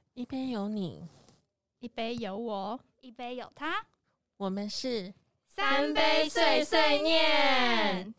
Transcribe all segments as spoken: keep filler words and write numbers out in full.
一杯有你， 一杯有我， 一杯有他， 我们是三杯碎碎念。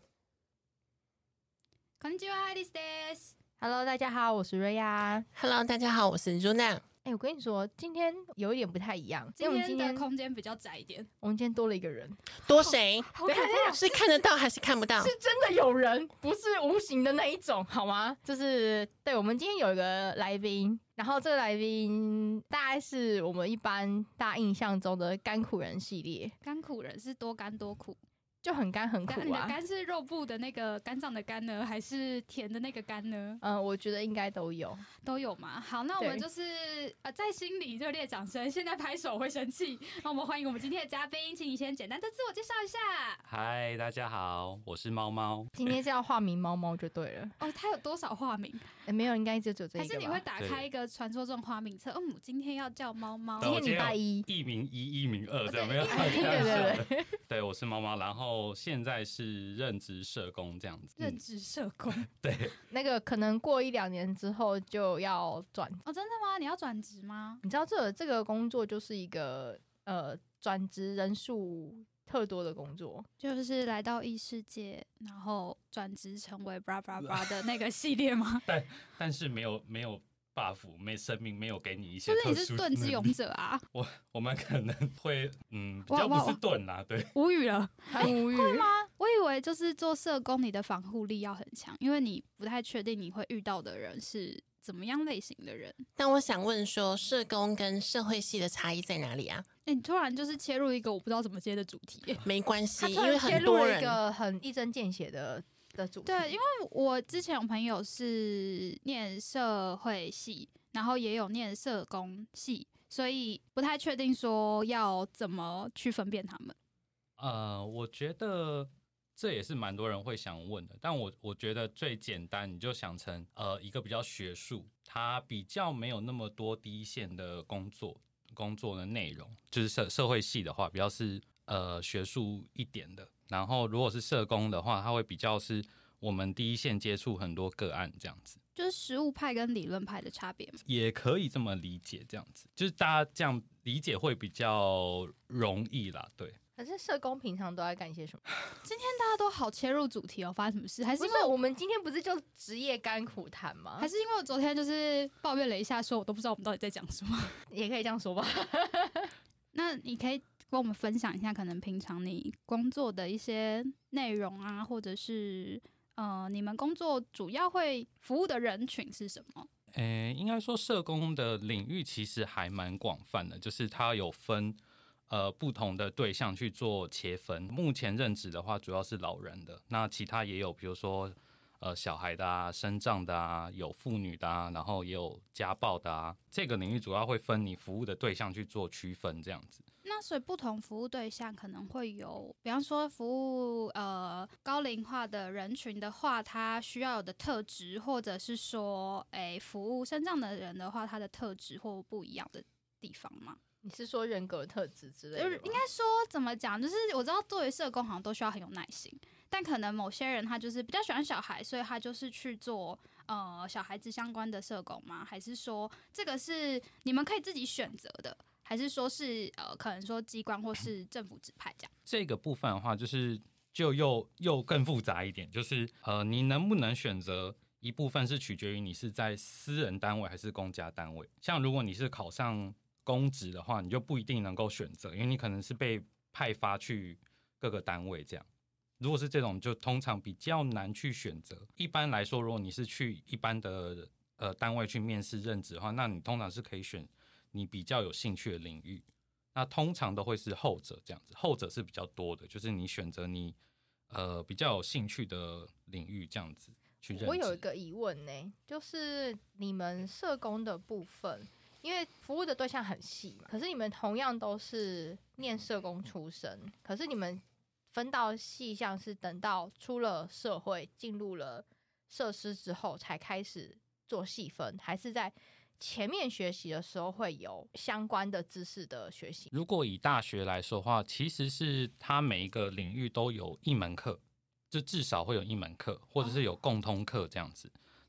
こんにちは、this is。 Hello， 大家好，我是瑞亚。 Hello， 大家好，我是 Juna。 哎、欸，我跟你说，今天有一点不太一样，因为我们今天的空间比较窄一点。 我们今天多了一个人， 多谁？ 对， 是看得到还是看不到？ 是真的有人，不是无形的那一种，好吗？就是对，我们今天有一个来宾，然后这个来宾大概是我们一般大家印象中的甘苦人系列。 甘苦人是多甘多苦？ 就很干很苦啊。 你的肝是肉部的那个肝脏的肝呢，还是甜的那个肝呢？ 嗯、呃，我觉得应该都有， 都有嘛。好，那我们就是呃，在心里热烈掌声，现在拍手会生气。那我们欢迎我们今天的嘉宾，请你先简单的自我介绍一下。 嗨，大家好，我是猫猫。 今天是要化名猫猫就对了。 哦，他有多少化名？ 欸、没有，应该就只有这一个吧。 还是你会打开一个传说中花名册？嗯，今天要叫猫猫。 今天礼拜一， 一名一，一名二，这样没有？ 对对对， 对，我是猫猫，然后现在是任职社工这样子。 任职社工， 嗯、对， 那个可能过一两年之后就要转哦，真的吗？你要转职吗？ 你知道这个这个工作就是一个呃转职人数特多的工作， 就是来到异世界，然后转职成为 bra bra bra 的那个系列吗？ 但但是没有没有 buff， 没生命，没有给你一些特殊。 是不是你是盾之勇者啊？ 我我们可能会嗯比较不是盾啦，对， 无语了， 很无语、 欸、会吗？我以为就是做社工，你的防护力要很强，因为你不太确定你会遇到的人是怎么样类型的人。 但我想问说，社工跟社会系的差异在哪里啊？ 哎、欸，你突然就是切入一个我不知道怎么接的主题。 没关系， 因为很多人一个很一针见血的的主题。 对，因为我之前有朋友是念社会系，然后也有念社工系，所以不太确定说要怎么去分辨他们。 呃，我觉得这也是蛮多人会想问的，但我我觉得最简单，你就想成呃一个比较学术，它比较没有那么多第一线的工作工作的内容，就是社社会系的话，比较是呃学术一点的。然后如果是社工的话，它会比较是我们第一线接触很多个案这样子， 就是实务派跟理论派的差别嘛， 也可以这么理解，这样子就是大家这样理解会比较容易啦，对。 可是社工平常都在干些什么？ 今天大家都好切入主题哦，发生什么事？还是因为我们今天不是就职业甘苦谈吗？ 还是因为我昨天就是抱怨了一下，说我都不知道我们到底在讲什么？ 也可以这样说吧。 那你可以跟我们分享一下，可能平常你工作的一些内容啊，或者是呃，你们工作主要会服务的人群是什么？ 诶，应该说社工的领域其实还蛮广泛的，就是它有分呃不同的对象去做切分。目前任职的话，主要是老人的，那其他也有，比如说呃小孩的啊、身障的啊、有妇女的啊，然后也有家暴的啊。这个领域主要会分你服务的对象去做区分，这样子。 那所以不同服务对象可能会有，比方说服务呃高龄化的人群的话，他需要有的特质，或者是说，哎，服务身障的人的话，他的特质或不一样的地方吗？ 你是说人格特质之类的？ 就是应该说怎么讲，就是我知道作为社工好像都需要很有耐心，但可能某些人他就是比较喜欢小孩，所以他就是去做呃小孩子相关的社工吗？还是说这个是你们可以自己选择的？还是说是呃可能说机关或是政府指派这样？ 这个部分的话，就是就又又更复杂一点，就是呃你能不能选择？一部分是取决于你是在私人单位还是公家单位。像如果你是考上公职的话，你就不一定能够选择，因为你可能是被派发去各个单位这样。如果是这种，就通常比较难去选择。一般来说，如果你是去一般的呃单位去面试任职的话，那你通常是可以选你比较有兴趣的领域。那通常都会是后者这样子，后者是比较多的，就是你选择你呃比较有兴趣的领域这样子去任职。 我有一个疑问呢，就是你们社工的部分。因为服务的对象很细嘛，可是你们同样都是念社工出身，可是你们分到细项是等到出了社会进入了设施之后才开始做细分，还是在前面学习的时候会有相关的知识的学习？ 如果以大学来说的话，其实是它每一个领域都有一门课，就至少会有一门课，或者是有共通课这样子。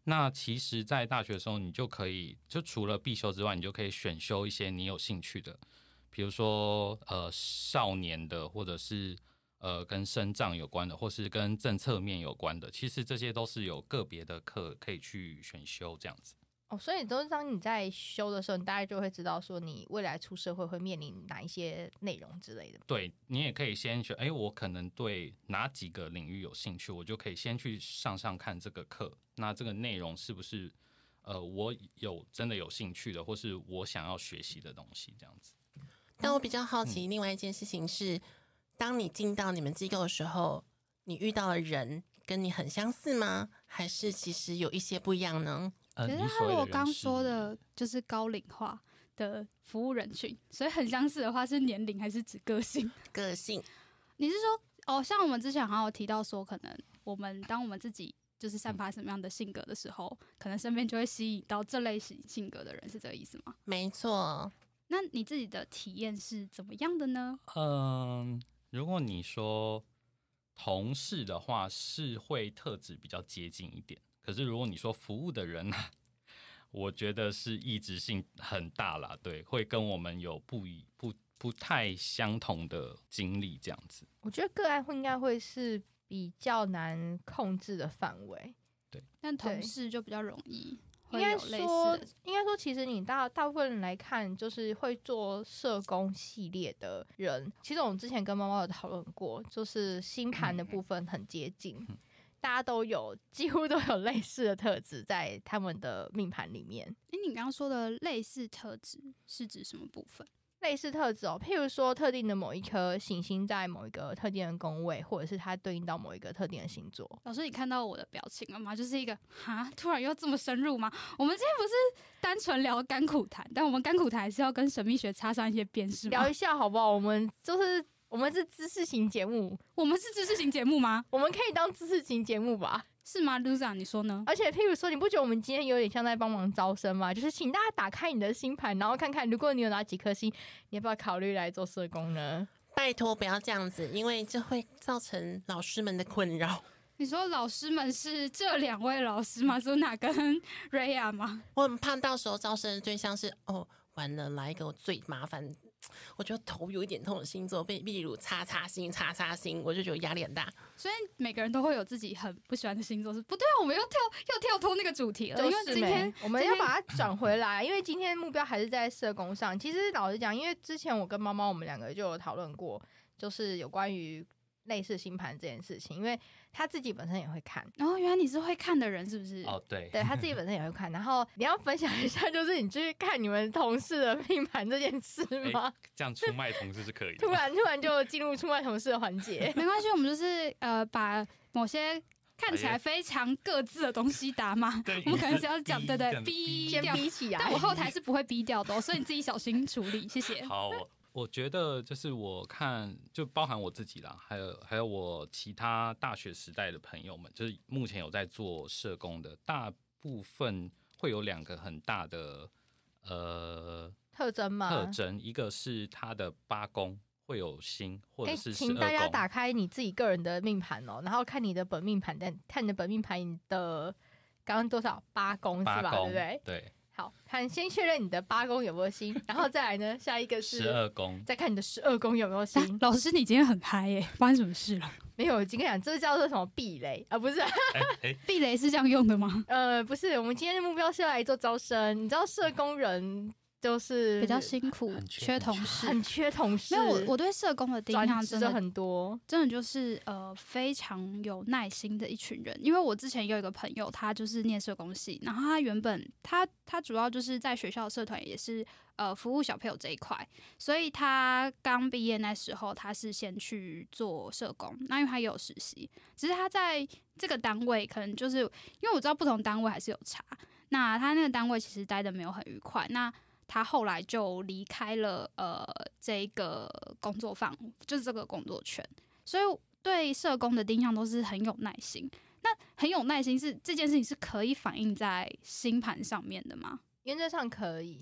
那其实，在大学的时候，你就可以就除了必修之外，你就可以选修一些你有兴趣的，比如说呃少年的，或者是呃跟身障有关的，或是跟政策面有关的。其实这些都是有个别的课可以去选修这样子。 哦，所以都是当你在修的时候，你大概就会知道说你未来出社会会面临哪一些内容之类的。 对，你也可以先选，哎，我可能对哪几个领域有兴趣，我就可以先去上上看这个课。那这个内容是不是呃我有真的有兴趣的，或是我想要学习的东西，这样子。 但我比较好奇，另外一件事情是，当你进到你们机构的时候，你遇到的人跟你很相似吗？还是其实有一些不一样呢？ 呃， 其实你所谓的他我刚人是说的就是高龄化的服务人群，所以很相似的话是年龄还是指个性？ 个性。 你是说哦，像我们之前好像有提到说，可能我们当我们自己就是散发什么样的性格的时候，可能身边就会吸引到这类型性格的人，是这个意思吗？ 没错。 那你自己的体验是怎么样的呢？ 嗯，如果你说同事的话，是会特质比较接近一点。可是如果你说服务的人呢，我觉得是异质性很大啦，对，会跟我们有不一不不太相同的经历这样子。 我觉得个案会应该会是比较难控制的范围， 对， 但同事就比较容易。 应该说， 类似应该说，其实你大大部分人来看，就是会做社工系列的人，其实我们之前跟猫猫有讨论过，就是星盘的部分很接近。嗯，大家都有几乎都有类似的特质在他们的命盘里面。 哎，你刚刚说的类似特质是指什么部分？ 类似特质哦，譬如说特定的某一颗行星在某一个特定的宫位，或者是它对应到某一个特定的星座。 老师，你看到我的表情了吗？就是一个哈，突然又这么深入吗？我们今天不是单纯聊甘苦谈，但我们甘苦谈还是要跟神秘学插上一些边，是吗？ 聊一下好不好？我们就是我们是知识型节目， 我们是知识型节目吗？ 我们可以当知识型节目吧？ 是吗 ，Luza， 你说呢？ 而且，譬如说，你不觉得我们今天有点像在帮忙招生吗？就是请大家打开你的星盘，然后看看，如果你有哪几颗星，你要不要考虑来做社工呢？ 拜托不要这样子，因为这会造成老师们的困扰。 你说老师们是这两位老师吗？苏娜跟 Raya 吗？ 我很怕到时候招生的对象是哦，完了来一个我最麻烦，我觉得头有一点痛的星座，被例如叉叉星、叉叉星，我就觉得压力很大。 所以每个人都会有自己很不喜欢的星座，是不对啊？我们又跳又跳脱那个主题了， 就是因为今天我们要把它转回来，因为今天目标还是在社工上。其实老实讲，因为之前我跟猫猫我们两个就有讨论过，就是有关于类似星盘这件事情，因为他自己本身也会看。 哦，原来你是会看的人，是不是？ 哦，对， 对他自己本身也会看。然后你要分享一下，就是你去看你们同事的命盘这件事吗？ 欸、这样出卖同事是可以的。 突然突然就进入出卖同事的环节。 没关系，我们就是呃把某些看起来非常各自的东西打码，我们可能是要讲对对逼先掉逼起来。 但我后台是不会逼掉的、哦，所以你自己小心处理，谢谢。 好。我觉得就是我看，就包含我自己啦，还有还有我其他大学时代的朋友们，就是目前有在做社工的，大部分会有两个很大的呃特征吗？ 特征，一个是他的八宫会有星，或者是十二宫。 请大家打开你自己个人的命盘哦，然后看你的本命盘，但看你的本命盘的刚刚多少八宫是吧？对不对？ 对。 好，看先确认你的八宫有没有星，然后再来呢，下一个是十二宫， 再看你的十二宫有没有星、 啊。老师，你今天很嗨耶，发生什么事了？ 没有，我今天讲这叫做什么避雷啊？不是， 欸欸、 避雷是这样用的吗？ 呃，不是，我们今天的目标是要来做招生。你知道社工人就是比较辛苦，缺同事， 很缺同事。 没有，我我对社工的印象真的很多， 真的就是呃非常有耐心的一群人。因为我之前有一个朋友，他就是念社工系，然后他原本他他主要就是在学校社团也是呃服务小朋友这一块，所以他刚毕业那时候他是先去做社工，那因为他也有实习，只是他在这个单位可能就是因为我知道不同单位还是有差，那他那个单位其实待的没有很愉快，那他后来就离开了呃这个工作坊，就是这个工作圈，所以对社工的印象都是很有耐心。那很有耐心是这件事情是可以反映在星盘上面的吗？ 原则上可以。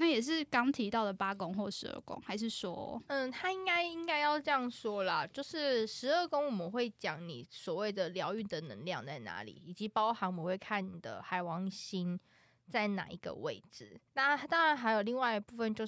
那也是刚提到的八宫或十二宫，还是说， 嗯，他应该应该要这样说啦，就是十二宫我们会讲你所谓的疗愈的能量在哪里，以及包含我们会看你的海王星在哪一个位置。那当然还有另外一部分就是，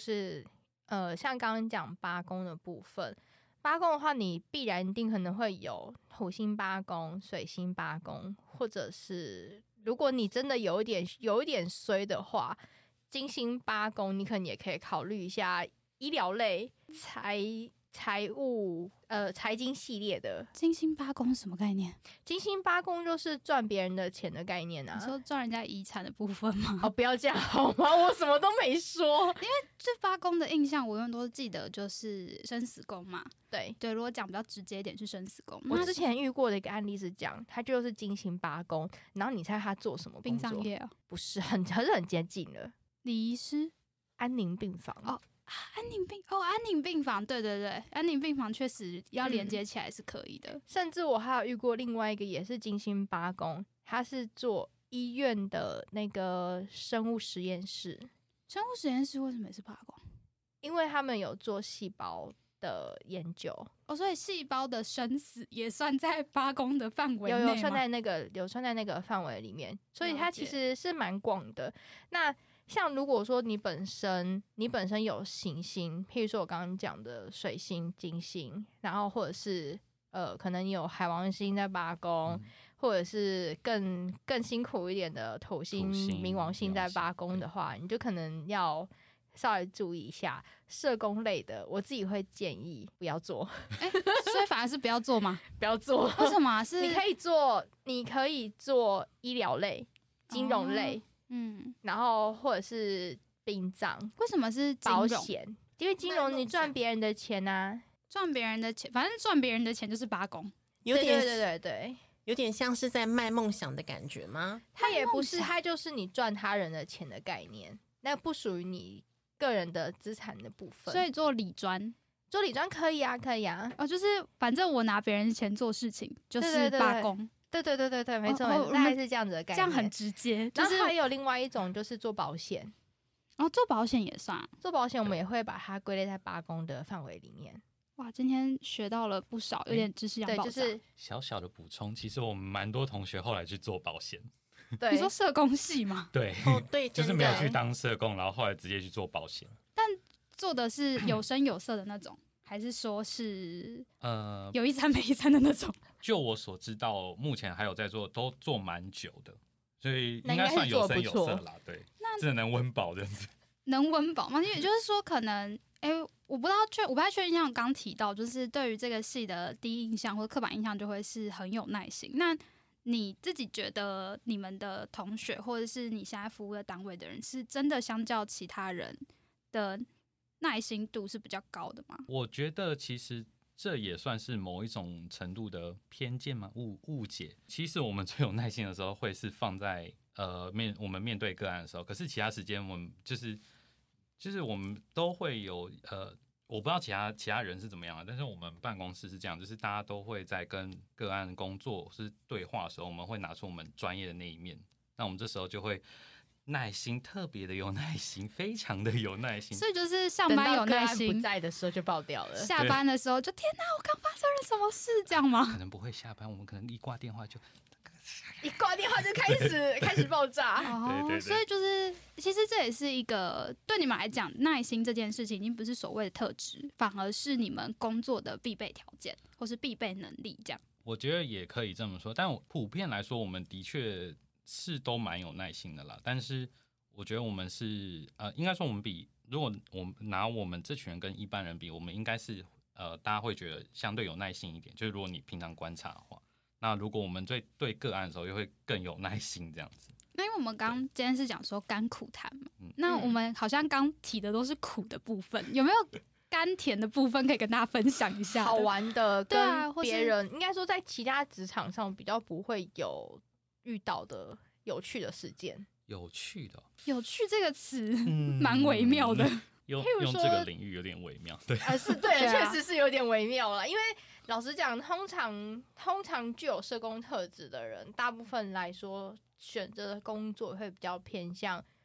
呃，像刚刚讲八宫的部分，八宫的话，你必然一定可能会有土星八宫、水星八宫，或者是如果你真的有一点有一点衰的话，金星八宫，你可能也可以考虑一下医疗类、财财务、呃财经系列的。 金星八宫是什么概念？ 金星八宫就是赚别人的钱的概念啊。 你说赚人家遗产的部分吗？ 哦，不要这样好吗？我什么都没说。 因为这八宫的印象，我永远都是记得就是生死宫嘛。 对对，如果讲比较直接一点是生死宫。 我之前遇过的一个案例是讲，他就是金星八宫，然后你猜他做什么工作？ 殡葬业啊？ 不是，很还是很接近了。 礼仪师？ 安宁病房哦。安宁病哦，安宁病房，对对对，安宁病房确实要连接起来是可以的。 嗯、甚至我还有遇过另外一个也是金星八宫，他是做医院的那个生物实验室。 生物实验室为什么也是八宫？ 因为他们有做细胞的研究哦，所以细胞的生死也算在八宫的范围内吗？ 有有算在那个有算在那个范围里面，所以它其实是蛮广的。那像如果说你本身你本身有行星，譬如说我刚刚讲的水星、金星，然后或者是呃，可能你有海王星在八宫、嗯，或者是更更辛苦一点的土星、冥王星在八宫的话，你就可能要稍微注意一下社工类的，我自己会建议不要做。 哎、欸，所以反而是不要做吗？ 不要做？ 为什么？是你可以做，你可以做医疗类、金融类。哦嗯，然后或者是殡葬， 为什么是保险？因为金融你赚别人的钱啊， 赚别人的钱，反正赚别人的钱就是八宫， 有点对对对对对， 有点像是在卖梦想的感觉吗？ 它也不是，它就是你赚他人的钱的概念，那不属于你个人的资产的部分。 所以做理专， 做理专可以啊，可以啊。 哦，就是反正我拿别人的钱做事情，就是八宫。 对对对对对，没错没错，大概是这样子的概念， 这样很直接。 然后还有另外一种就是做保险， 哦，做保险也算， 做保险我们也会把它归类在八宫的范围里面。 哇，今天学到了不少，有点知识量爆炸。 对，就是小小的补充，其实我们蛮多同学后来去做保险。 对， 你说社工系吗？ 对， 哦对， 就是没有去当社工，然后后来直接去做保险。 但做的是有声有色的那种。还是说是呃有一餐没一餐的那种？ 就我所知道，目前还有在做，都做蛮久的，所以应该算有声有色啦。对，这能温饱这样子。 能温饱吗？也就是说，可能哎、欸，我不知道确，我不太确定。像我刚提到，就是对于这个系的第一印象或刻板印象，就会是很有耐心。那你自己觉得，你们的同学或者是你现在服务的单位的人，是真的相较其他人的耐心度是比较高的吗？ 我觉得其实这也算是某一种程度的偏见嘛，误误解。其实我们最有耐心的时候，会是放在呃面我们面对个案的时候，可是其他时间我们就是就是我们都会有呃，我不知道其他其他人是怎么样的，但是我们办公室是这样，就是大家都会在跟个案工作是对话的时候，我们会拿出我们专业的那一面，那我们这时候就会。耐心特别的有耐心，非常的有耐心， 所以就是上班有耐心， 不在的时候就爆掉了。 下班的时候就天哪，我刚发生了什么事，这样吗？ 可能不会下班，我们可能一挂电话就一挂电话就开始开始爆炸。 哦， 对对对， 所以就是其实这也是一个对你们来讲，耐心这件事情已经不是所谓的特质，反而是你们工作的必备条件或是必备能力这样。 我觉得也可以这么说，但普遍来说，我们的确。是都蛮有耐心的啦，但是我觉得我们是呃，应该说我们比，如果我们拿我们这群人跟一般人比，我们应该是呃，大家会觉得相对有耐心一点。就是如果你平常观察的话，那如果我们对对个案的时候，又会更有耐心这样子。 那因为我们刚今天是讲说甘苦谈嘛，嗯、那我们好像刚提的都是苦的部分，有没有甘甜的部分可以跟大家分享一下？ 好玩的，跟别人、啊、应该说在其他职场上比较不会有。遇到的有趣的事件， 有趣的， 有趣这个词蛮、嗯、微妙的， 用用这个领域有点微妙，对， 啊是对，确、啊、实是有点微妙了。因为老实讲，通常通常具有社工特质的人，大部分来说选择的工作会比较偏向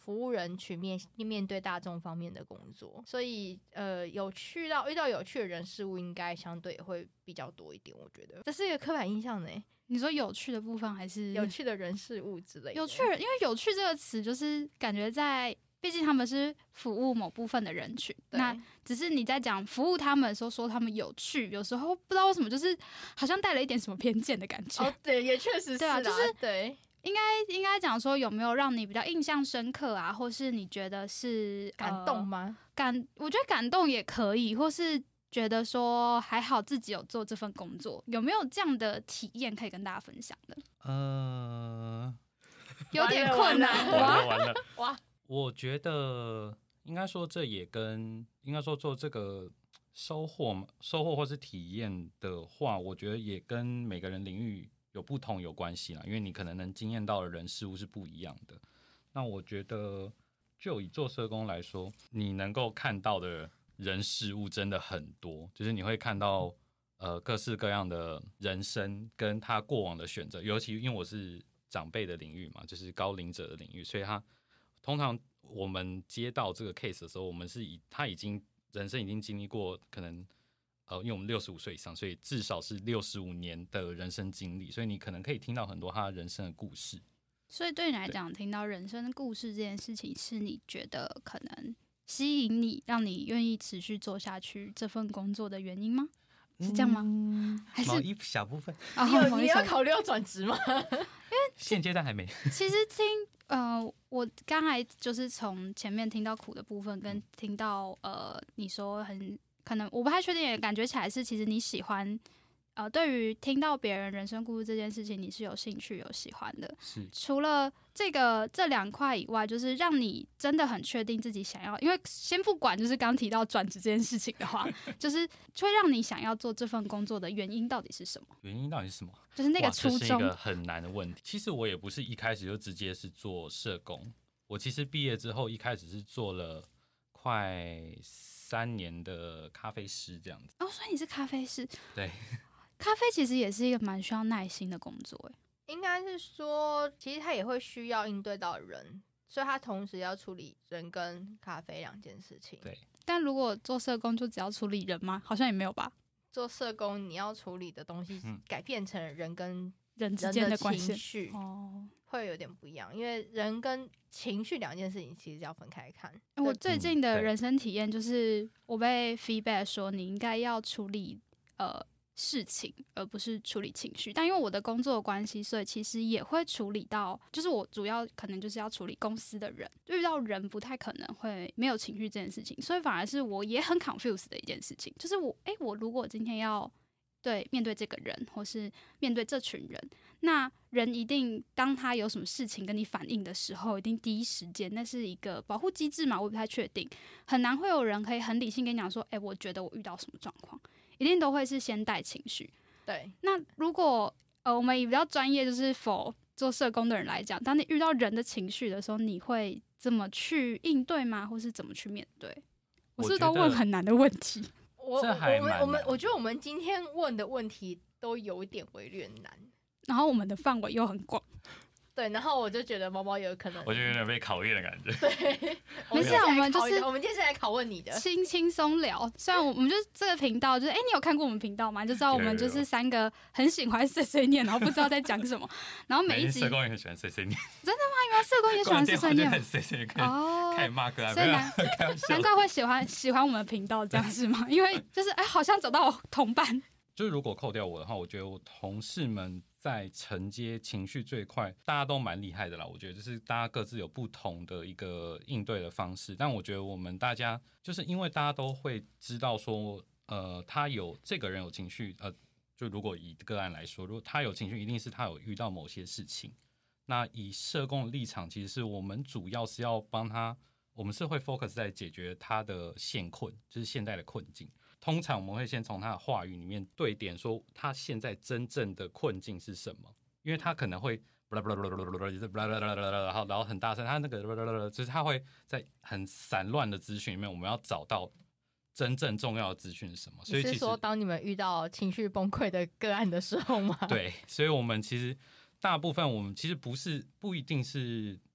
服务人群面面对大众方面的工作，所以呃，有趣到遇到有趣的人事物，应该相对也会比较多一点。我觉得这是一个刻板印象呢。 你说有趣的部分还是有趣的人事物之类的？ 有趣，因为有趣这个词就是感觉在，毕竟他们是服务某部分的人群，那只是你在讲服务他们的时候说他们有趣，有时候不知道为什么就是好像带了一点什么偏见的感觉。 哦，对，也确实是对啊，就是对。 应该应该讲说有没有让你比较印象深刻啊，或是你觉得是感动吗？ 呃、感，我觉得感动也可以，或是觉得说还好自己有做这份工作，有没有这样的体验可以跟大家分享的？ 呃， 有点困难， 完了完了哇！ 我觉得应该说这也跟应该说做这个收获嘛，收获或是体验的话，我觉得也跟每个人领域有不同有关系啦，因为你可能能经验到的人事物是不一样的。那我觉得就以做社工来说，你能够看到的人事物真的很多，就是你会看到呃各式各样的人生跟他过往的选择，尤其因为我是长辈的领域嘛，就是高龄者的领域，所以他通常我们接到这个 case 的时候，我们是以他已经人生已经经历过可能呃，因为我们六十五岁以上，所以至少是六十五年的人生经历，所以你可能可以听到很多他人生的故事。 所以对你来讲，听到人生故事这件事情，是你觉得可能吸引你，让你愿意持续做下去这份工作的原因吗？是这样吗？ 嗯、 还是某一小部分？ 你有你要考虑要转职吗？因为现阶段还没。 其实听呃，我刚才就是从前面听到苦的部分，跟听到呃你说很可能我不太确定，也感觉起来是其实你喜欢。呃，对于听到别人人生故事这件事情，你是有兴趣、有喜欢的。 是除了这个这两块以外，就是让你真的很确定自己想要，因为先不管就是刚提到转职这件事情的话，就是会让你想要做这份工作的原因到底是什么？ 原因到底是什么？ 就是那个初衷。 这是一个很难的问题。其实我也不是一开始就直接是做社工，我其实毕业之后一开始是做了快三年的咖啡师这样子。 哦，所以你是咖啡师？ 对。 咖啡其实也是一个蛮需要耐心的工作，哎， 应该是说，其实他也会需要应对到人，所以他同时要处理人跟咖啡两件事情。 对。 但如果做社工就只要处理人吗？好像也没有吧。 做社工你要处理的东西改变成人跟人之间的关系， 情绪哦，会有点不一样，因为人跟情绪两件事情其实要分开看。 我最近的人生体验就是我被 feedback 说你应该要处理呃。事情而不是处理情绪，但因为我的工作的关系，所以其实也会处理到，就是我主要可能就是要处理公司的人，遇到人不太可能会没有情绪这件事情，所以反而是我也很 confused 的一件事情，就是我哎、欸，我如果今天要对面对这个人，或是面对这群人，那人一定当他有什么事情跟你反映的时候，一定第一时间，那是一个保护机制嘛，我不太确定，很难会有人可以很理性跟你讲说，哎、欸，我觉得我遇到什么状况。一定都会是先带情绪， 对。 那如果呃，我们以比较专业，就是否做社工的人来讲，当你遇到人的情绪的时候，你会怎么去应对吗？或是怎么去面对？我是不是都问很难的问题？ 我我们我们我觉得我们今天问的问题都有一点微略难， 然后我们的范围又很广。 对，然后我就觉得毛毛有可能， 我就有点被考验的感觉。 对， 没事，我们就是我们接下来拷问你的， 轻轻松聊。虽然我们就这个频道，就是哎、欸，你有看过我们频道吗？就知道我们就是三个很喜欢碎碎念，然后不知道在讲什么。然后每一集社工也很喜欢碎碎念， 真的吗？原来社工也喜欢碎碎念， 很碎碎念哦，开始骂哥啊， 所以难难怪会喜欢喜欢我们频道这样是吗？因为就是哎、欸，好像找到我同伴。 就是如果扣掉我的话，我觉得我同事们在承接情绪这一块，大家都蛮厉害的啦。我觉得就是大家各自有不同的一个应对的方式，但我觉得我们大家就是因为大家都会知道说，呃，他有这个人有情绪，呃，就如果以个案来说，如果他有情绪，一定是他有遇到某些事情。那以社工的立场，其实是我们主要是要帮他，我们是会 focus 在解决他的现困，就是现在的困境。通常我们会先从他的话语里面对点说他现在真正的困境是什么，因为他可能会然后很大声，他那个就是他会在很散乱的资讯里面，我们要找到真正重要的资讯是什么。所以其实是说当你们遇到情绪崩溃的个案的时候吗？ 对，所以我们其实大部分我们其实不是不一定是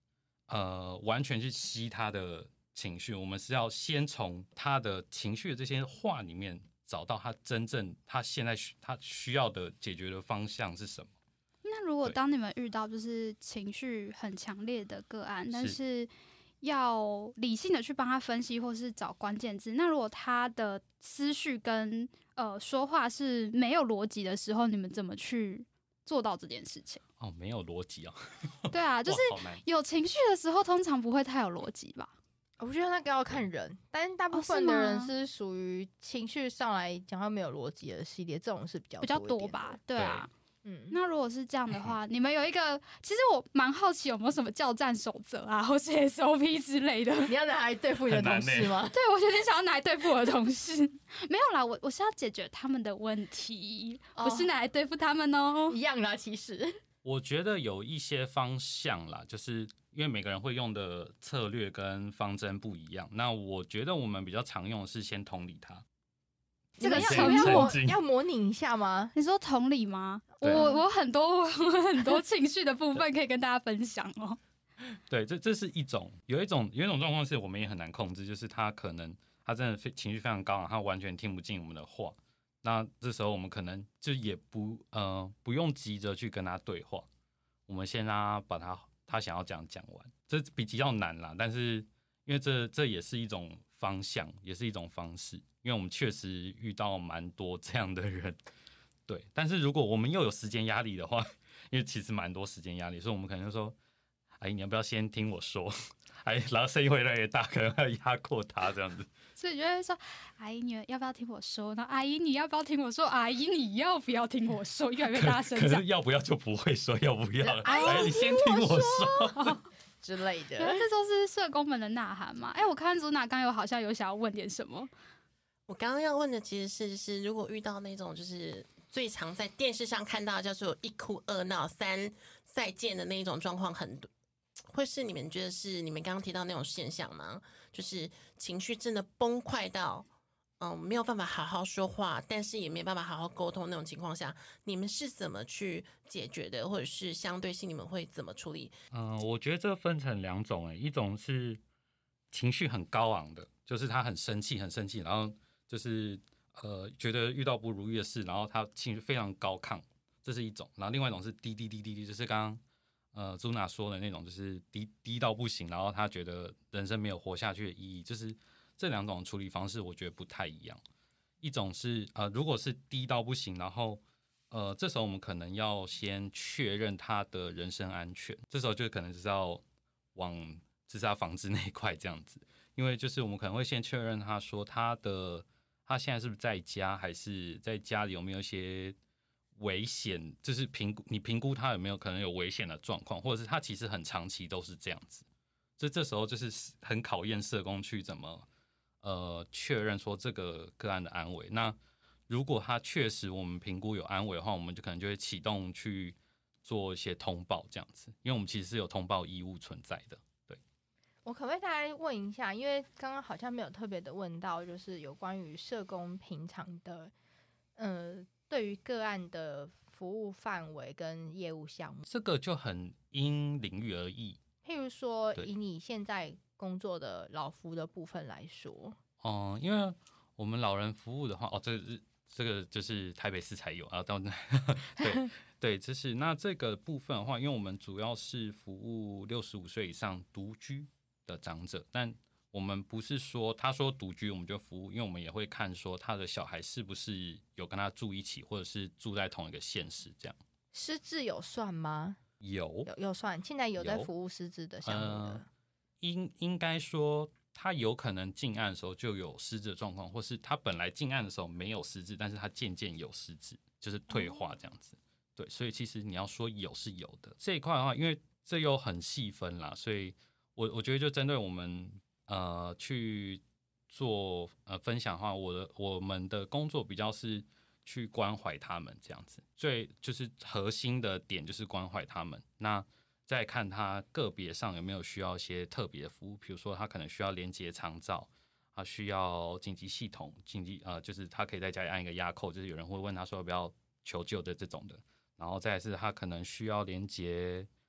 呃完全去吸他的情绪，我们是要先从他的情绪的这些话里面找到他真正他现在需他需要的解决的方向是什么。 那如果当你们遇到就是情绪很强烈的个案，但是要理性的去帮他分析或是找关键字，那如果他的思绪跟呃说话是没有逻辑的时候，你们怎么去做到这件事情？ 哦，没有逻辑哦。 对啊，就是有情绪的时候，通常不会太有逻辑吧？ 我觉得那个要看人，但是大部分的人是属于情绪上来讲话没有逻辑的系列，这种是比较比较多吧？对啊。 嗯， 那如果是这样的话，你们有一个，其实我蛮好奇有没有什么教战守则啊，或是 S O P 之类的？ 你要拿来对付你的同事吗？ 对，我有点想要拿来对付我的同事。没有啦，我我是要解决他们的问题，哦、不是拿来对付他们哦。 一样啦，其实。 我觉得有一些方向啦，就是因为每个人会用的策略跟方针不一样。那我觉得我们比较常用的是先同理他。 这个要要模要模拟一下吗？ 你说同理吗？我我很多我很多情绪的部分可以跟大家分享哦。 对，这这是一种，有一种有一种状况是我们也很难控制，就是他可能他真的情绪非常高昂，他完全听不进我们的话。那这时候我们可能就也不呃不用急着去跟他对话，我们先让他把他他想要讲讲完，这比较难啦。但是因为这这也是一种方向，也是一种方式，因为我们确实遇到蛮多这样的人。对，但是如果我们又有时间压力的话，因为其实蛮多时间压力，所以我们可能就说：“阿姨，你要不要先听我说？”哎，然后声音会越来越大，可能要压过他这样子。 所以就会说：“阿姨，你要不要听我说？”然后阿姨，你要不要听我说？阿姨，你要不要听我说？越来越大声。 可是要不要就不会说要不要了。阿姨，你先听我说之类的。 这都是社工们的呐喊嘛？哎，我看祖娜刚有好像有想要问点什么。 我刚刚要问的其实是是，如果遇到那种就是最常在电视上看到叫做一哭二闹三再见的那一种状况，很多会是你们觉得是你们刚刚提到那种现象吗？就是情绪真的崩溃到嗯没有办法好好说话，但是也没办法好好沟通那种情况下，你们是怎么去解决的，或者是相对性你们会怎么处理？ 嗯，我觉得这分成两种，哎，一种是情绪很高昂的，就是他很生气，很生气，然后就是呃觉得遇到不如意的事，然后他情绪非常高亢，这是一种。然后另外一种是低低低低低，就是刚刚呃朱娜说的那种，就是低低到不行，然后他觉得人生没有活下去的意义。就是这两种处理方式，我觉得不太一样。一种是呃如果是低到不行，然后呃这时候我们可能要先确认他的人身安全，这时候就可能就是要往自杀防治那一块这样子。因为就是我们可能会先确认他说他的他现在是不是在家，还是在家里有没有一些危险，就是评估你评估他有没有可能有危险的状况，或者是他其实很长期都是这样子。这这时候就是很考验社工去怎么呃确认说这个个案的安危。那如果他确实我们评估有安危的话，我们就可能就会启动去做一些通报这样子，因为我们其实是有通报义务存在的。 我可不可以大概问一下，因为刚刚好像没有特别的问到，就是有关于社工平常的，呃，对于个案的服务范围跟业务项目， 这个就很因领域而异。 譬如说，以你现在工作的老服的部分来说， 嗯、呃，因为我们老人服务的话，哦，这个这个就是台北市才有啊，到对对，这是那这个部分的话，因为我们主要是服务六十五岁以上独居的长者，但我们不是说他说独居我们就服务，因为我们也会看说他的小孩是不是有跟他住一起，或者是住在同一个县市这样。 失智有算吗？ 有有有算，现在有在服务失智的项目的。 呃、应应该说他有可能进案的时候就有失智的状况，或是他本来进案的时候没有失智，但是他渐渐有失智，就是退化这样子。哦、对，所以其实你要说有是有的。这一块的话，因为这又很细分啦，所以我我觉得就针对我们呃去做呃分享的话，我的我们的工作比较是去关怀他们这样子，最就是核心的点就是关怀他们。那再看他个别上有没有需要一些特别的服务，比如说他可能需要连接长照，他需要紧急系统，紧急呃就是他可以在家里按一个压扣，就是有人会问他说要不要求救的这种的。然后再来是他可能需要连接，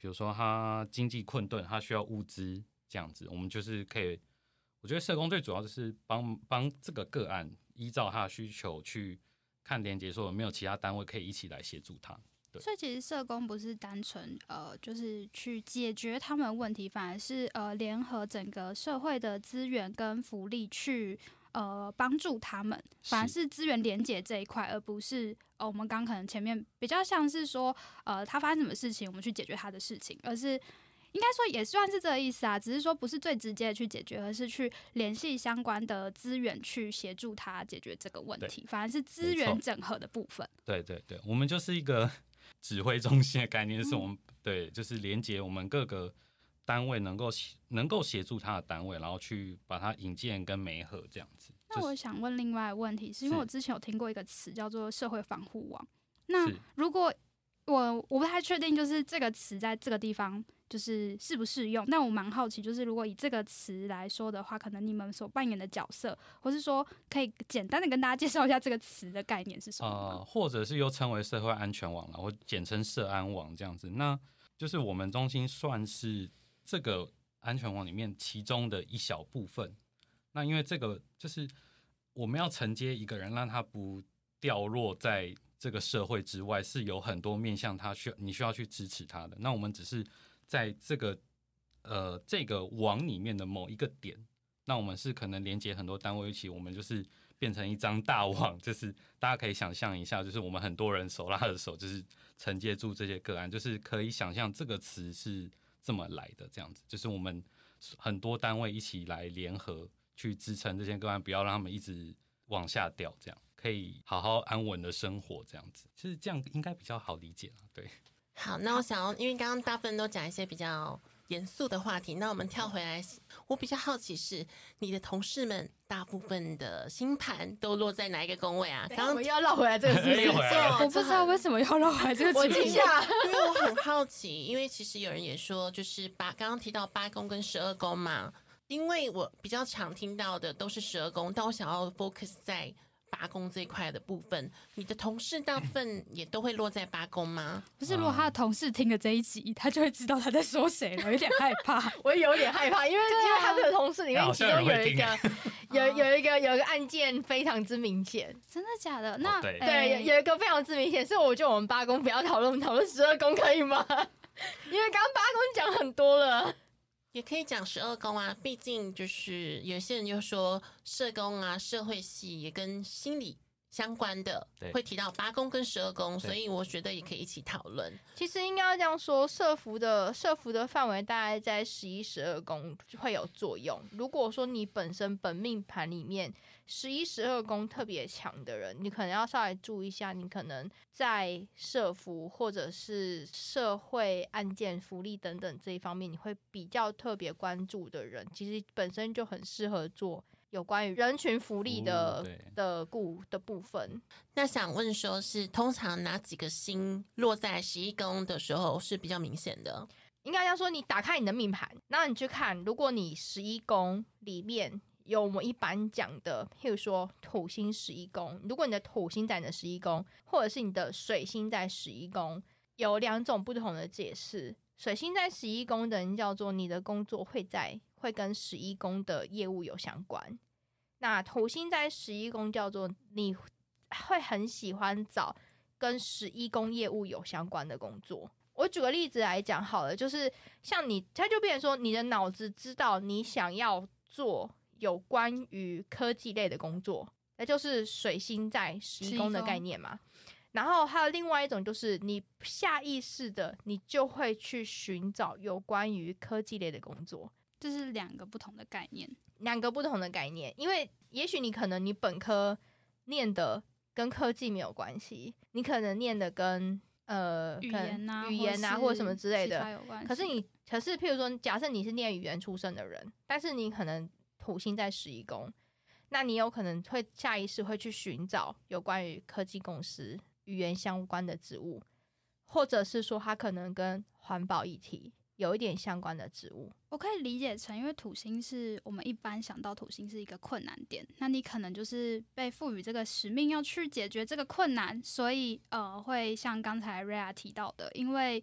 比如说他经济困顿，他需要物资这样子，我们就是可以，我觉得社工最主要就是帮帮这个个案依照他的需求去看连结，说有没有其他单位可以一起来协助他。 所以其实社工不是单纯呃，就是去解决他们的问题，反而是呃联合整个社会的资源跟福利去呃帮助他们，反而是资源连结这一块，而不是呃我们刚可能前面比较像是说呃他发生什么事情，我们去解决他的事情，而是应该说也算是这个意思啊，只是说不是最直接的去解决，而是去联系相关的资源去协助他解决这个问题，反而是资源整合的部分。 对对对，我们就是一个指挥中心的概念，就是我们、嗯、对，就是连接我们各个单位能够能够协助他的单位，然后去把它引荐跟媒合这样子。 那我想问另外一个问题，是因为我之前有听过一个词叫做社会防护网。那如果我我不太确定，就是这个词在这个地方就是适不适用，但我蛮好奇，就是如果以这个词来说的话，可能你们所扮演的角色，或是说可以简单的跟大家介绍一下这个词的概念是什么吗？ 呃，或者是又称为社会安全网，或简称社安网这样子。那就是我们中心算是这个安全网里面其中的一小部分。那因为这个就是我们要承接一个人，让他不掉落在这个社会之外，是有很多面向他需要你需要去支持他的。那我们只是在这个呃这个网里面的某一个点，那我们是可能连接很多单位一起，我们就是变成一张大网，就是大家可以想象一下，就是我们很多人手拉着手，就是承接住这些个案，就是可以想象这个词是这么来的，这样子，就是我们很多单位一起来联合去支撑这些个案，不要让他们一直往下掉，这样可以好好安稳的生活，这样子，其实这样应该比较好理解啦，对。 好，那我想要，因为刚刚大部分都讲一些比较严肃的话题，那我们跳回来，我比较好奇是你的同事们大部分的星盘都落在哪一个宫位啊？刚刚要绕回来这个事情， 我不知道为什么要绕回来这个。 我记下， 因为我很好奇，因为其实有人也说，就是八刚刚提到八宫跟十二宫嘛，因为我比较常听到的都是十二宫，但我想要 focus 在八宫这一块的部分，你的同事大部分也都会落在八宫吗？ 不是，如果他的同事听了这一集，他就会知道他在说谁了，有点害怕。 我有点害怕，因为、啊、因为他的同事里面其中有一个有有一个有一个案件非常之明显， 真的假的？那、 哦、对, 对有一个非常之明显，所以我觉得我们八宫不要讨论，讨论十二宫可以吗？因为刚刚八宫讲很多了。 也可以讲十二宫啊，毕竟就是有些人就说社工啊、社会系也跟心理相关的，会提到八宫跟十二宫，所以我觉得也可以一起讨论。 其实应该要这样说，社服的社服的范围大概在十一、十二宫会有作用。如果说你本身本命盘里面十一、十二宫特别强的人，你可能要稍微注意一下，你可能在社服或者是社会案件福利等等这一方面，你会比较特别关注的人，其实本身就很适合做有关于人群福利的、哦、的顾的部分。 那想问说是通常哪几个星落在十一宫的时候是比较明显的？ 应该要说你打开你的命盘，那你去看，如果你十一宫里面有我们一般讲的，譬如说土星十一宫，如果你的土星在你的十一宫，或者是你的水星在十一宫，有两种不同的解释。水星在十一宫的人叫做你的工作会在会跟十一宫的业务有相关，那土星在十一宫叫做你会很喜欢找跟十一宫业务有相关的工作。我举个例子来讲好了，就是像你，它就变成说你的脑子知道你想要做有关于科技类的工作，那就是水星在十一宫的概念嘛。然后还有另外一种，就是你下意识的你就会去寻找有关于科技类的工作。 这是两个不同的概念， 两个不同的概念，因为也许你可能你本科念的跟科技没有关系，你可能念的跟呃语言啊、 语言啊或者什么之类的有关系。 可是你，可是譬如说，假设你是念语言出身的人，但是你可能土星在十一宫，那你有可能会下意识会去寻找有关于科技公司语言相关的职务，或者是说它可能跟环保议题有一点相关的职务。 我可以理解成，因为土星是我们一般想到土星是一个困难点，那你可能就是被赋予这个使命要去解决这个困难，所以呃，会像刚才 Rhea 提到的，因为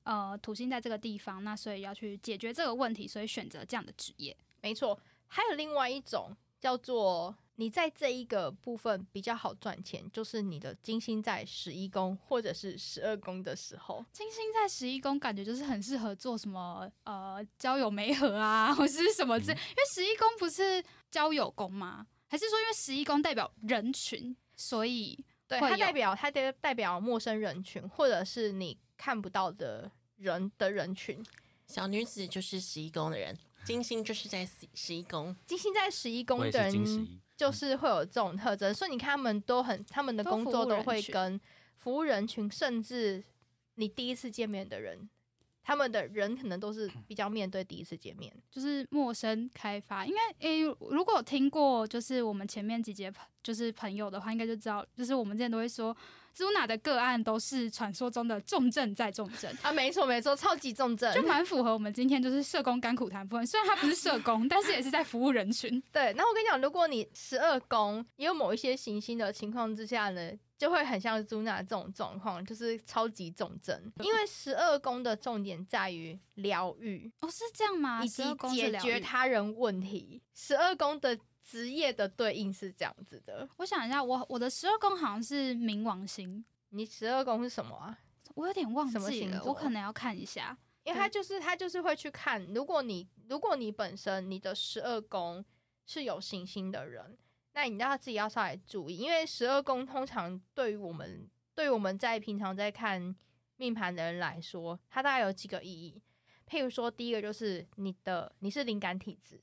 呃土星在这个地方，那所以要去解决这个问题，所以选择这样的职业。 没错。还有另外一种叫做你在这一个部分比较好赚钱，就是你的金星在十一宫或者是十二宫的时候。 金星在十一宫，感觉就是很适合做什么呃交友媒合啊，或是什么之、嗯、因为十一宫不是交友宫吗？还是说因为十一宫代表人群，所以对它代表它代表陌生人群，或者是你看不到的人的人群。 小女子就是十一宫的人，金星就是在十一宫， 金星在十一宫的人就是会有这种特征，所以你看他们都很，他们的工作都会跟服务人群，甚至你第一次见面的人，他们的人可能都是比较面对第一次见面， 就是陌生开发。因为诶、欸，如果有听过就是我们前面几节就是朋友的话，应该就知道，就是我们之前都会说Zuna 的个案都是传说中的重症再重症啊，没错没错，超级重症， 就蛮符合我们今天就是社工甘苦谈部分。虽然他不是社工，但是也是在服务人群。 对，那我跟你讲，如果你十二宫也有某一些行星的情况之下呢，就会很像 Zuna 这种状况，就是超级重症。因为十二宫的重点在于疗愈， 哦，是这样吗？ 以及解决他人问题。十二宫的职业的对应是这样子的。 我想一下，我我的十二宫好像是冥王星。 你十二宫是什么啊？ 我有点忘记了，我可能要看一下。 因为他就是他就是会去看，如果你如果你本身你的十二宫是有行星的人，那你要自己要稍微注意，因为十二宫通常对于我们对于我们在平常在看命盘的人来说，它大概有几个意义。譬如说，第一个就是你的你是灵感体质。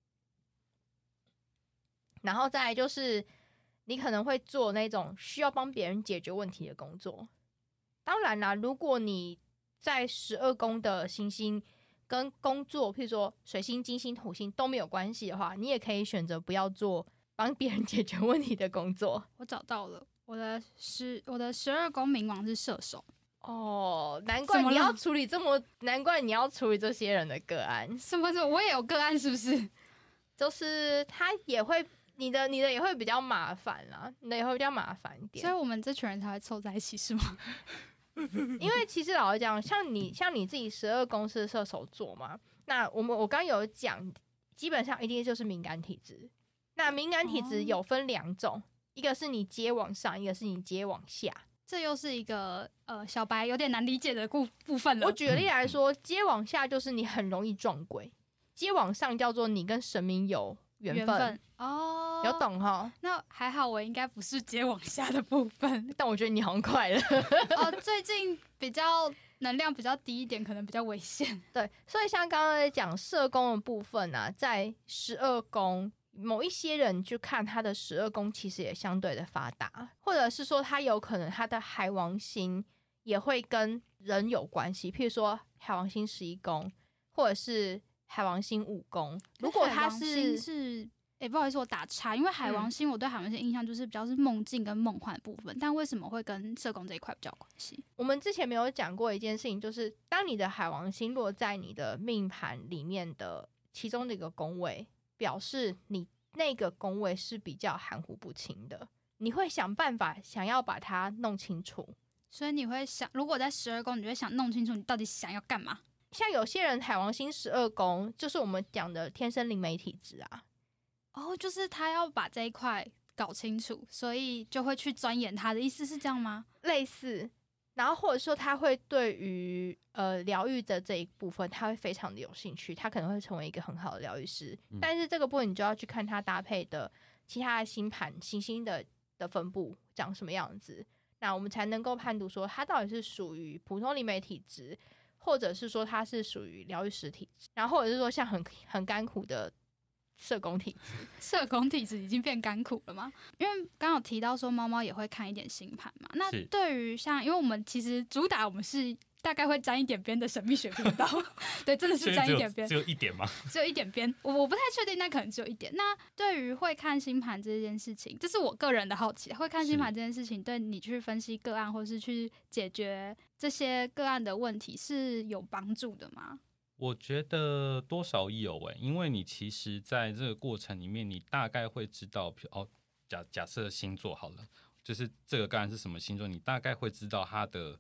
然后再来就是你可能会做那种需要帮别人解决问题的工作。当然啦，如果你在十二宫的行星跟工作，譬如说水星、金星、土星都没有关系的话，你也可以选择不要做帮别人解决问题的工作。 我找到了，我的十我的十二宫冥王是射手。 哦，难怪你要处理这么，难怪你要处理这些人的个案。 什么什么？我也有个案是不是？ 就是他也会。你的你的也会比较麻烦啦，你的也会比较麻烦一点， 所以我们这群人才会凑在一起是吗？ 因为其实老实讲，像你像你自己十二宫是射手座嘛，那我们我刚有讲，基本上一定就是敏感体质。那敏感体质有分两种，哦、一个是你接往上，一个是你接往下。 这又是一个呃小白有点难理解的部部分了。 我举个例来说，接往下就是你很容易撞鬼，接往上叫做你跟神明有缘分, 缘分哦， 有懂齁？ 那还好，我应该不是接往下的部分， 但我觉得你好像快了。 哦，最近比较能量比较低一点，可能比较危险。 对，所以像刚刚在讲社工的部分啊，在十二宫，某一些人去看他的十二宫，其实也相对的发达，或者是说他有可能他的海王星也会跟人有关系，譬如说海王星十一宫，或者是海王星五宫。如果他是是哎、欸，不好意思，我打岔，因为海王星，我对海王星印象就是比较是梦境跟梦幻的部分，嗯、但为什么会跟社工这一块比较有关系？ 我们之前没有讲过一件事情，就是当你的海王星落在你的命盘里面的其中的一个宫位，表示你那个宫位是比较含糊不清的，你会想办法想要把它弄清楚。 所以你会想，如果在十二宫，你就会想弄清楚你到底想要干嘛。 像有些人海王星十二宫，就是我们讲的天生灵媒体质啊。 哦，就是他要把这一块搞清楚，所以就会去钻研他的意思是这样吗？ 类似，然后或者说他会对于呃疗愈的这一部分，他会非常的有兴趣，他可能会成为一个很好的疗愈师。嗯、但是这个部分你就要去看他搭配的其他的星盘行星的的分布长什么样子，那我们才能够判读说他到底是属于普通灵媒体质，或者是说他是属于疗愈师体质，然后或者是说像很很甘苦的社工体质。 社工体质已经变甘苦了吗？因为刚刚有提到说猫猫也会看一点星盘嘛，那对于像因为我们其实主打我们是大概会沾一点边的神秘学频道，对，真的是沾一点边， 只有一点吗？ 只有一点边，我我不太确定，那可能只有一点。那对于会看星盘这件事情，这是我个人的好奇，会看星盘这件事情对你去分析个案或是去解决这些个案的问题是有帮助的吗？ 我觉得多少有诶、欸，因为你其实在这个过程里面，你大概会知道，哦，假假设星座好了，就是这个个案是什么星座，你大概会知道他的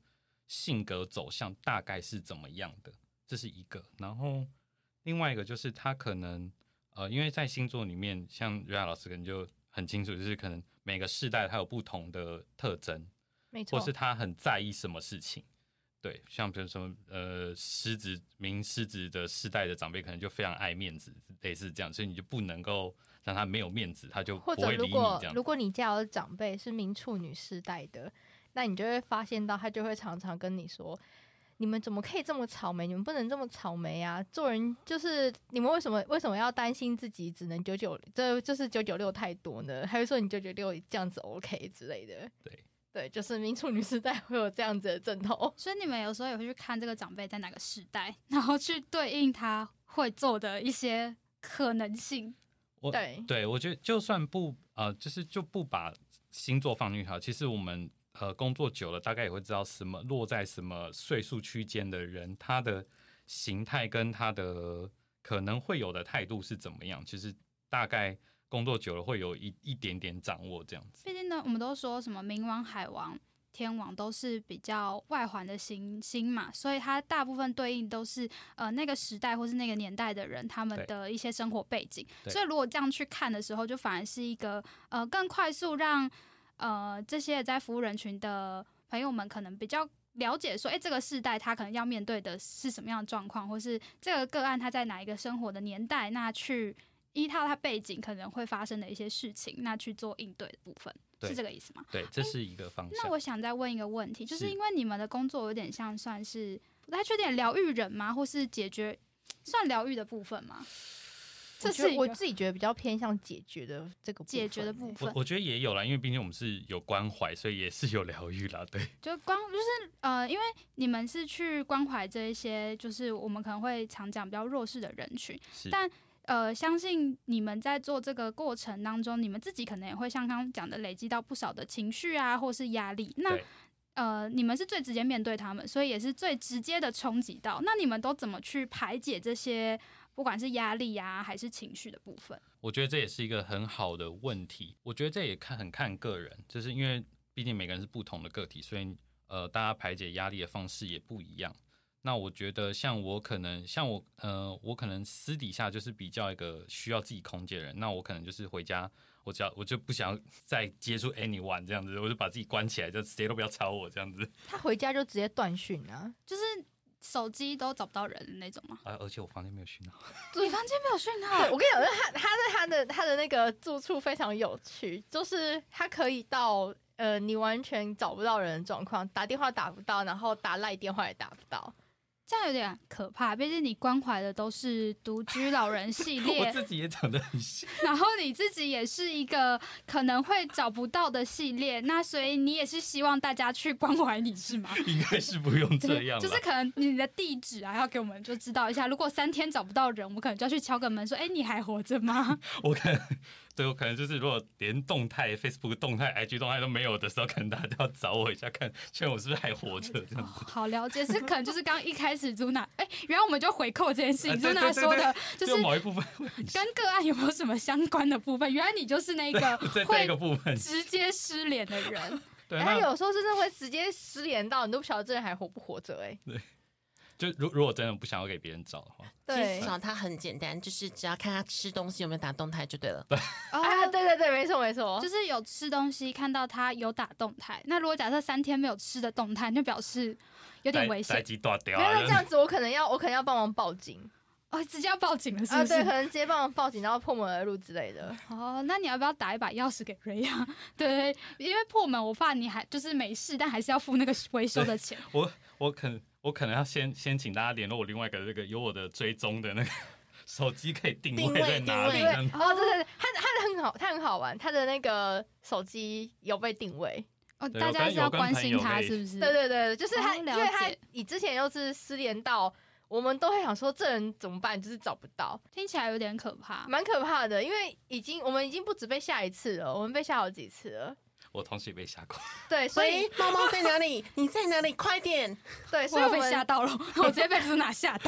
性格走向大概是怎么样的，这是一个。然后另外一个就是他可能呃，因为在星座里面，像瑞亚老师可能就很清楚，就是可能每个世代它有不同的特征， 没错， 或是他很在意什么事情。对，像比如说呃，狮子明狮子的世代的长辈可能就非常爱面子，类似这样，所以你就不能够让他没有面子，他就不会理你这样。 或者如果如果你家有长辈是明处女世代的，那你就会发现到他就会常常跟你说，你们怎么可以这么草莓？你们不能这么草莓啊！做人就是你们为什么为什么要担心自己只能九九，这就是九九六太多呢？还会说你九九六这样子 OK 之类的。 对对，就是明处女世代会有这样子的阵头， 所以你们有时候也会去看这个长辈在哪个世代，然后去对应他会做的一些可能性。 我对对，我觉得就算不呃，就是就不把星座放进去，其实我们呃工作久了，大概也会知道什么落在什么岁数区间的人，他的形态跟他的可能会有的态度是怎么样。其实大概工作久了会有一一点点掌握这样子。 毕竟呢，我们都说什么冥王、海王、天王都是比较外环的行星嘛，所以它大部分对应都是呃那个时代或是那个年代的人他们的一些生活背景。所以如果这样去看的时候，就反而是一个呃更快速让呃这些在服务人群的朋友们可能比较了解说，哎、欸，这个世代他可能要面对的是什么样的状况，或是这个个案他在哪一个生活的年代，那去依靠他背景可能会发生的一些事情，那去做应对的部分，是这个意思吗？ 对，这是一个方向。 那我想再问一个问题，就是因为你们的工作有点像算是不太确定疗愈人吗，或是解决算疗愈的部分吗？ 这是我自己觉得比较偏向解决的这个部分解决的部分。 我, 我觉得也有啦，因为毕竟我们是有关怀，所以也是有疗愈啦。对， 就关就是呃，因为你们是去关怀这一些，就是我们可能会常讲比较弱势的人群，但呃，相信你们在做这个过程当中，你们自己可能也会像刚刚讲的，累积到不少的情绪啊，或是压力。那呃，你们是最直接面对他们，所以也是最直接的冲击到。那你们都怎么去排解这些，不管是压力啊，还是情绪的部分？ 我觉得这也是一个很好的问题。我觉得这也看很看个人，就是因为毕竟每个人是不同的个体，所以呃，大家排解压力的方式也不一样。那我觉得像我可能像我呃我可能私底下就是比较一个需要自己空间的人，那我可能就是回家我只要我就不想再接触 anyone 这样子，我就把自己关起来，就谁都不要吵我这样子。 他回家就直接断讯啊， 就是手机都找不到人的那种吗？ 啊，而且我房间没有讯号。 你房间没有讯号？ 我跟你讲，他他的他的他的那个住处非常有趣，就是他可以到呃你完全找不到人的状况，打电话打不到，然后打赖电话也打不到。 这样有点可怕，毕竟你关怀的都是独居老人系列， 我自己也长得很像， 然后你自己也是一个可能会找不到的系列，那所以你也是希望大家去关怀你是吗？ 应该是不用这样， 就是可能你的地址啊要给我们就知道一下，如果三天找不到人，我们可能就要去敲个门说，哎、欸，你还活着吗？ 我可能对我可能就是如果连动态 Facebook 动态 I G 动态都没有的时候，可能大家都要找我一下，看确认我是不是还活着这样子。 哦、好了解，是可能就是刚一开始朱娜，哎、欸，原来我们就回扣这件事情，朱、啊、娜说的，就是某一部分跟个案有没有什么相关的部分？原来你就是那个在这个部分直接失联的人。 对， 他有时候真的会直接失联到你都不晓得这人还活不活着哎、欸。 对。就如如果真的不想要给别人找的话， 对，找他很简单，就是只要看他吃东西有没有打动态就对了。 对， 啊，对对对，没错没错， 就是有吃东西，看到他有打动态。那如果假设三天没有吃的动态，就表示有点危险。 代誌大條没有这样子，我可能要我可能要帮忙报警。 哦，直接要报警了是不是？ 啊，对，可能直接帮忙报警，然后破门而入之类的。 哦，那你要不要打一把钥匙给瑞亚？对，因为破门，我怕你还就是没事，但还是要付那个维修的钱。 我我可能。我可能要先先请大家联络我另外一个那个有我的追踪的那个手机可以定位在哪里？ 哦，对对对，他他很好，他很好玩，他的那个手机有被定位。 哦，大家是要关心他是不是？ 对对对，就是他， 哦、 因为他你之前又是失联到，我们都会想说这人怎么办，就是找不到， 听起来有点可怕， 蛮可怕的，因为已经我们已经不止被吓一次了，我们被吓好几次了。 我同时也被吓过。 对，所以猫猫在哪里？你在哪里？快点！ 对，所以我被吓到了，我直接被露娜吓到。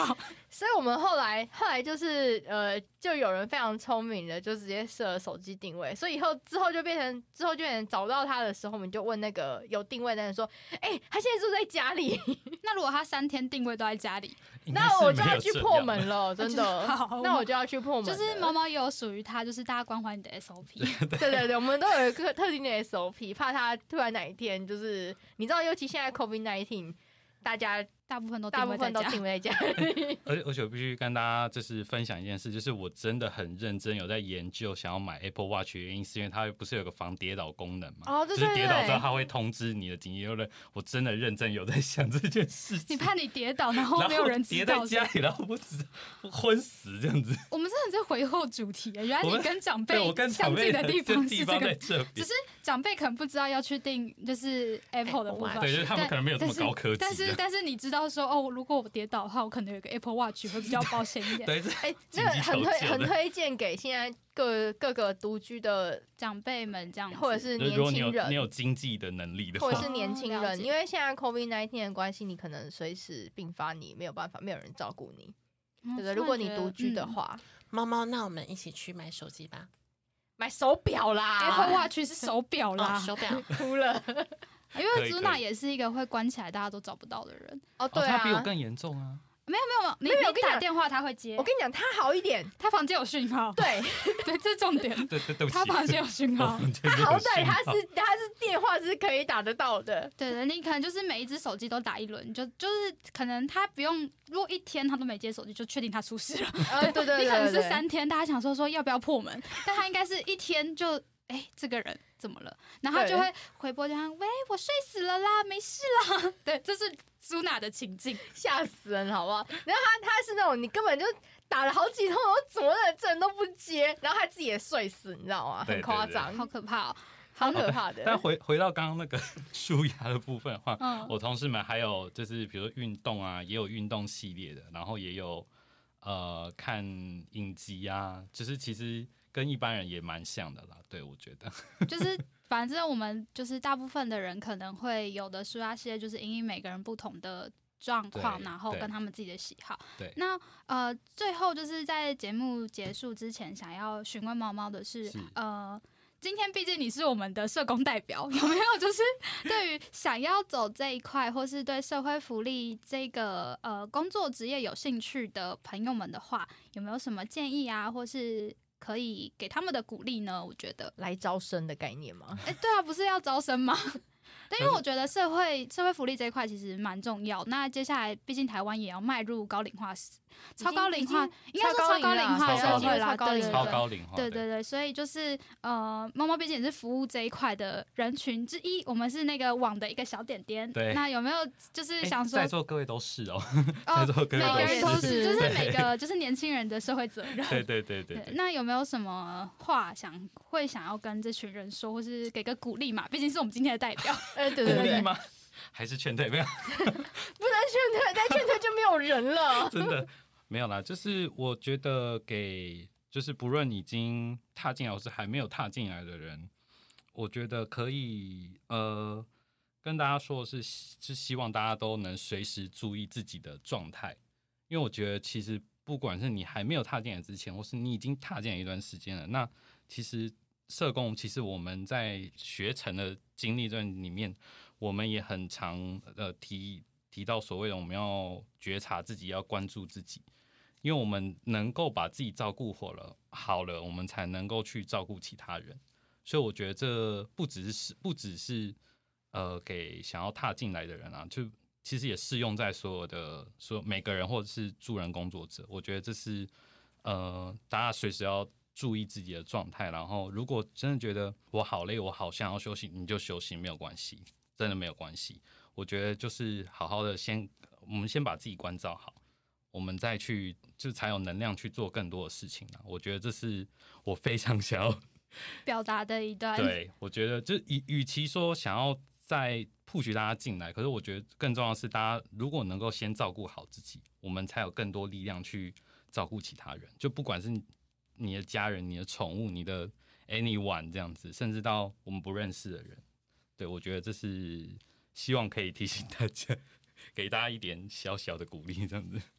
所以我们后来后来就是呃，就有人非常聪明的，就直接设了手机定位，所以以后之后就变成之后就变成找到他的时候，我们就问那个有定位的人说，哎、欸，他现在住在家里， 那如果他三天定位都在家里， 那我就要去破门了，真的。 好， 那我就要去破门。 就是猫猫也有属于它，就是大家关怀你的 S O P。 对对对，我们都有一个特定的 S O P， 怕它突然哪一天就是你知道，尤其现在 COVID 十九， 大家大部分都大部分都定位在家里。 而且而且我必须跟大家就是分享一件事，就是我真的很认真有在研究想要买 Apple Watch 的原因，是因为它不是有个防跌倒功能嘛？ 哦，对对对， 就是跌倒之后它会通知你的紧急用人。我真的认真有在想这件事情。 你怕你跌倒，然后没有人知道， 跌在家里，然后不知道昏死这样子。 我们真的在回后主题，原来你跟长辈相我跟长辈近的地方是这个， 这只是长辈可能不知道要去定就是 Apple 的部分， 对，就是他们可能没有这么高科技。 但是但是你知道说哦，如果我跌倒的话，我可能有一个 Apple Watch 会比较保险一点。 对， 哎、欸，那个很推很推荐给现在各各个独居的长辈们这样子， 或者是年轻人， 如果你有你有经济的能力的话， 或者是年轻人，因为现在 COVID 十九 的关系，你可能随时并发，你没有办法，没有人照顾你，嗯、对不对？如果你独居的话， 猫、嗯、猫，那我们一起去买手机吧， 买手表啦 ，Apple Watch 是手表啦， 哦、手表哭了。 因为 Zuna 也是一个会关起来大家都找不到的人哦，对啊， 他比我更严重啊。 没有没有没有，你你打电话他会接。 我跟你讲，他好一点， 他房间有讯号。 对对，这是重点。 对对对， 他房间有讯号。 他好歹他是他是电话是可以打得到的。 对对，你可能就是每一只手机都打一轮，就就是可能他不用，如果一天他都没接手机，就确定他出事了。 呃，对对 对, 对, 对， 你可能是三天，大家想说说要不要破门，但他应该是一天就哎、欸、这个人怎么了，然后他就会回拨电话，喂，我睡死了啦，没事啦。对，这是Zuna的情境， 吓死人，好不好？然后他他是那种你根本就打了好几通，我怎么的这人都不接，然后他自己也睡死，你知道吗？很夸张， 好可怕哦， 好可怕的。 但回回到刚刚那个舒压的部分的话， 嗯、 我同事们还有就是比如说运动啊，也有运动系列的，然后也有呃看影集啊，就是其实跟一般人也蛮像的啦。对，我觉得就是反正我们就是大部分的人可能会有的舒压系列，就是因应每个人不同的状况，然后跟他们自己的喜好。 对， 那呃，最后就是在节目结束之前，想要询问猫猫的是，是呃。今天毕竟你是我们的社工代表，有没有就是对于想要走这一块，或是对社会福利这个呃工作职业有兴趣的朋友们的话，有没有什么建议啊，或是可以给他们的鼓励呢？我觉得来招生的概念吗？ 哎、欸，对啊，不是要招生吗？但因为我觉得社会社会福利这一块其实蛮重要。那接下来，毕竟台湾也要迈入高龄化时，超高龄化，应该说超高龄化社会啦，对超高龄化， 对对对，所以就是呃，猫猫毕竟也是服务这一块的人群之一，我们是那个网的一个小点点。 对， 那有没有就是想说， 在座各位都是哦， 哦， 在座各位每个人都是， 都就是每个就是年轻人的社会责任。 对对对 对, 对。那有没有什么话想会想要跟这群人说，或是给个鼓励嘛？毕竟是我们今天的代表。 哎，对对对， 鼓励吗？还是劝退？没有， 不能劝退，再劝退就没有人了。 真的没有啦，就是我觉得给，就是不论已经踏进来或是还没有踏进来的人，我觉得可以呃跟大家说的是，是希望大家都能随时注意自己的状态，因为我觉得其实不管是你还没有踏进来之前，或是你已经踏进来一段时间了，那其实社工，其实我们在学程的经历这里面，我们也很常呃提提到所谓的我们要觉察自己，要关注自己，因为我们能够把自己照顾好了，好了，我们才能够去照顾其他人。所以我觉得这不只是不只是呃给想要踏进来的人啊，就其实也适用在所有的所有每个人或者是助人工作者。我觉得这是呃大家随时要注意自己的状态，然后如果真的觉得我好累，我好想要休息，你就休息，没有关系，真的没有关系。我觉得就是好好的先，我们先把自己关照好，我们再去就才有能量去做更多的事情啊。我觉得这是我非常想要表达的一段。 对，我觉得就与与其说想要再 push 大家进来，可是我觉得更重要的是，大家如果能够先照顾好自己，我们才有更多力量去照顾其他人。就不管是你的家人、你的宠物、你的 anyone 这样子，甚至到我们不认识的人，对，我觉得这是希望可以提醒大家，给大家一点小小的鼓励，这样子。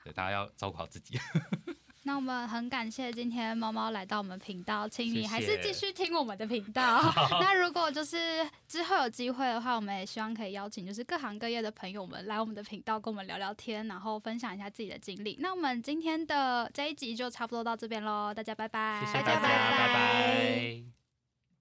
对，大家要照顾好自己。 那我们很感谢今天猫猫来到我们频道，请你谢谢还是继续听我们的频道。那如果就是之后有机会的话，我们也希望可以邀请就是各行各业的朋友们来我们的频道跟我们聊聊天，然后分享一下自己的经历。那我们今天的这一集就差不多到这边咯，大家拜拜， 谢谢大家， 大家拜拜拜拜。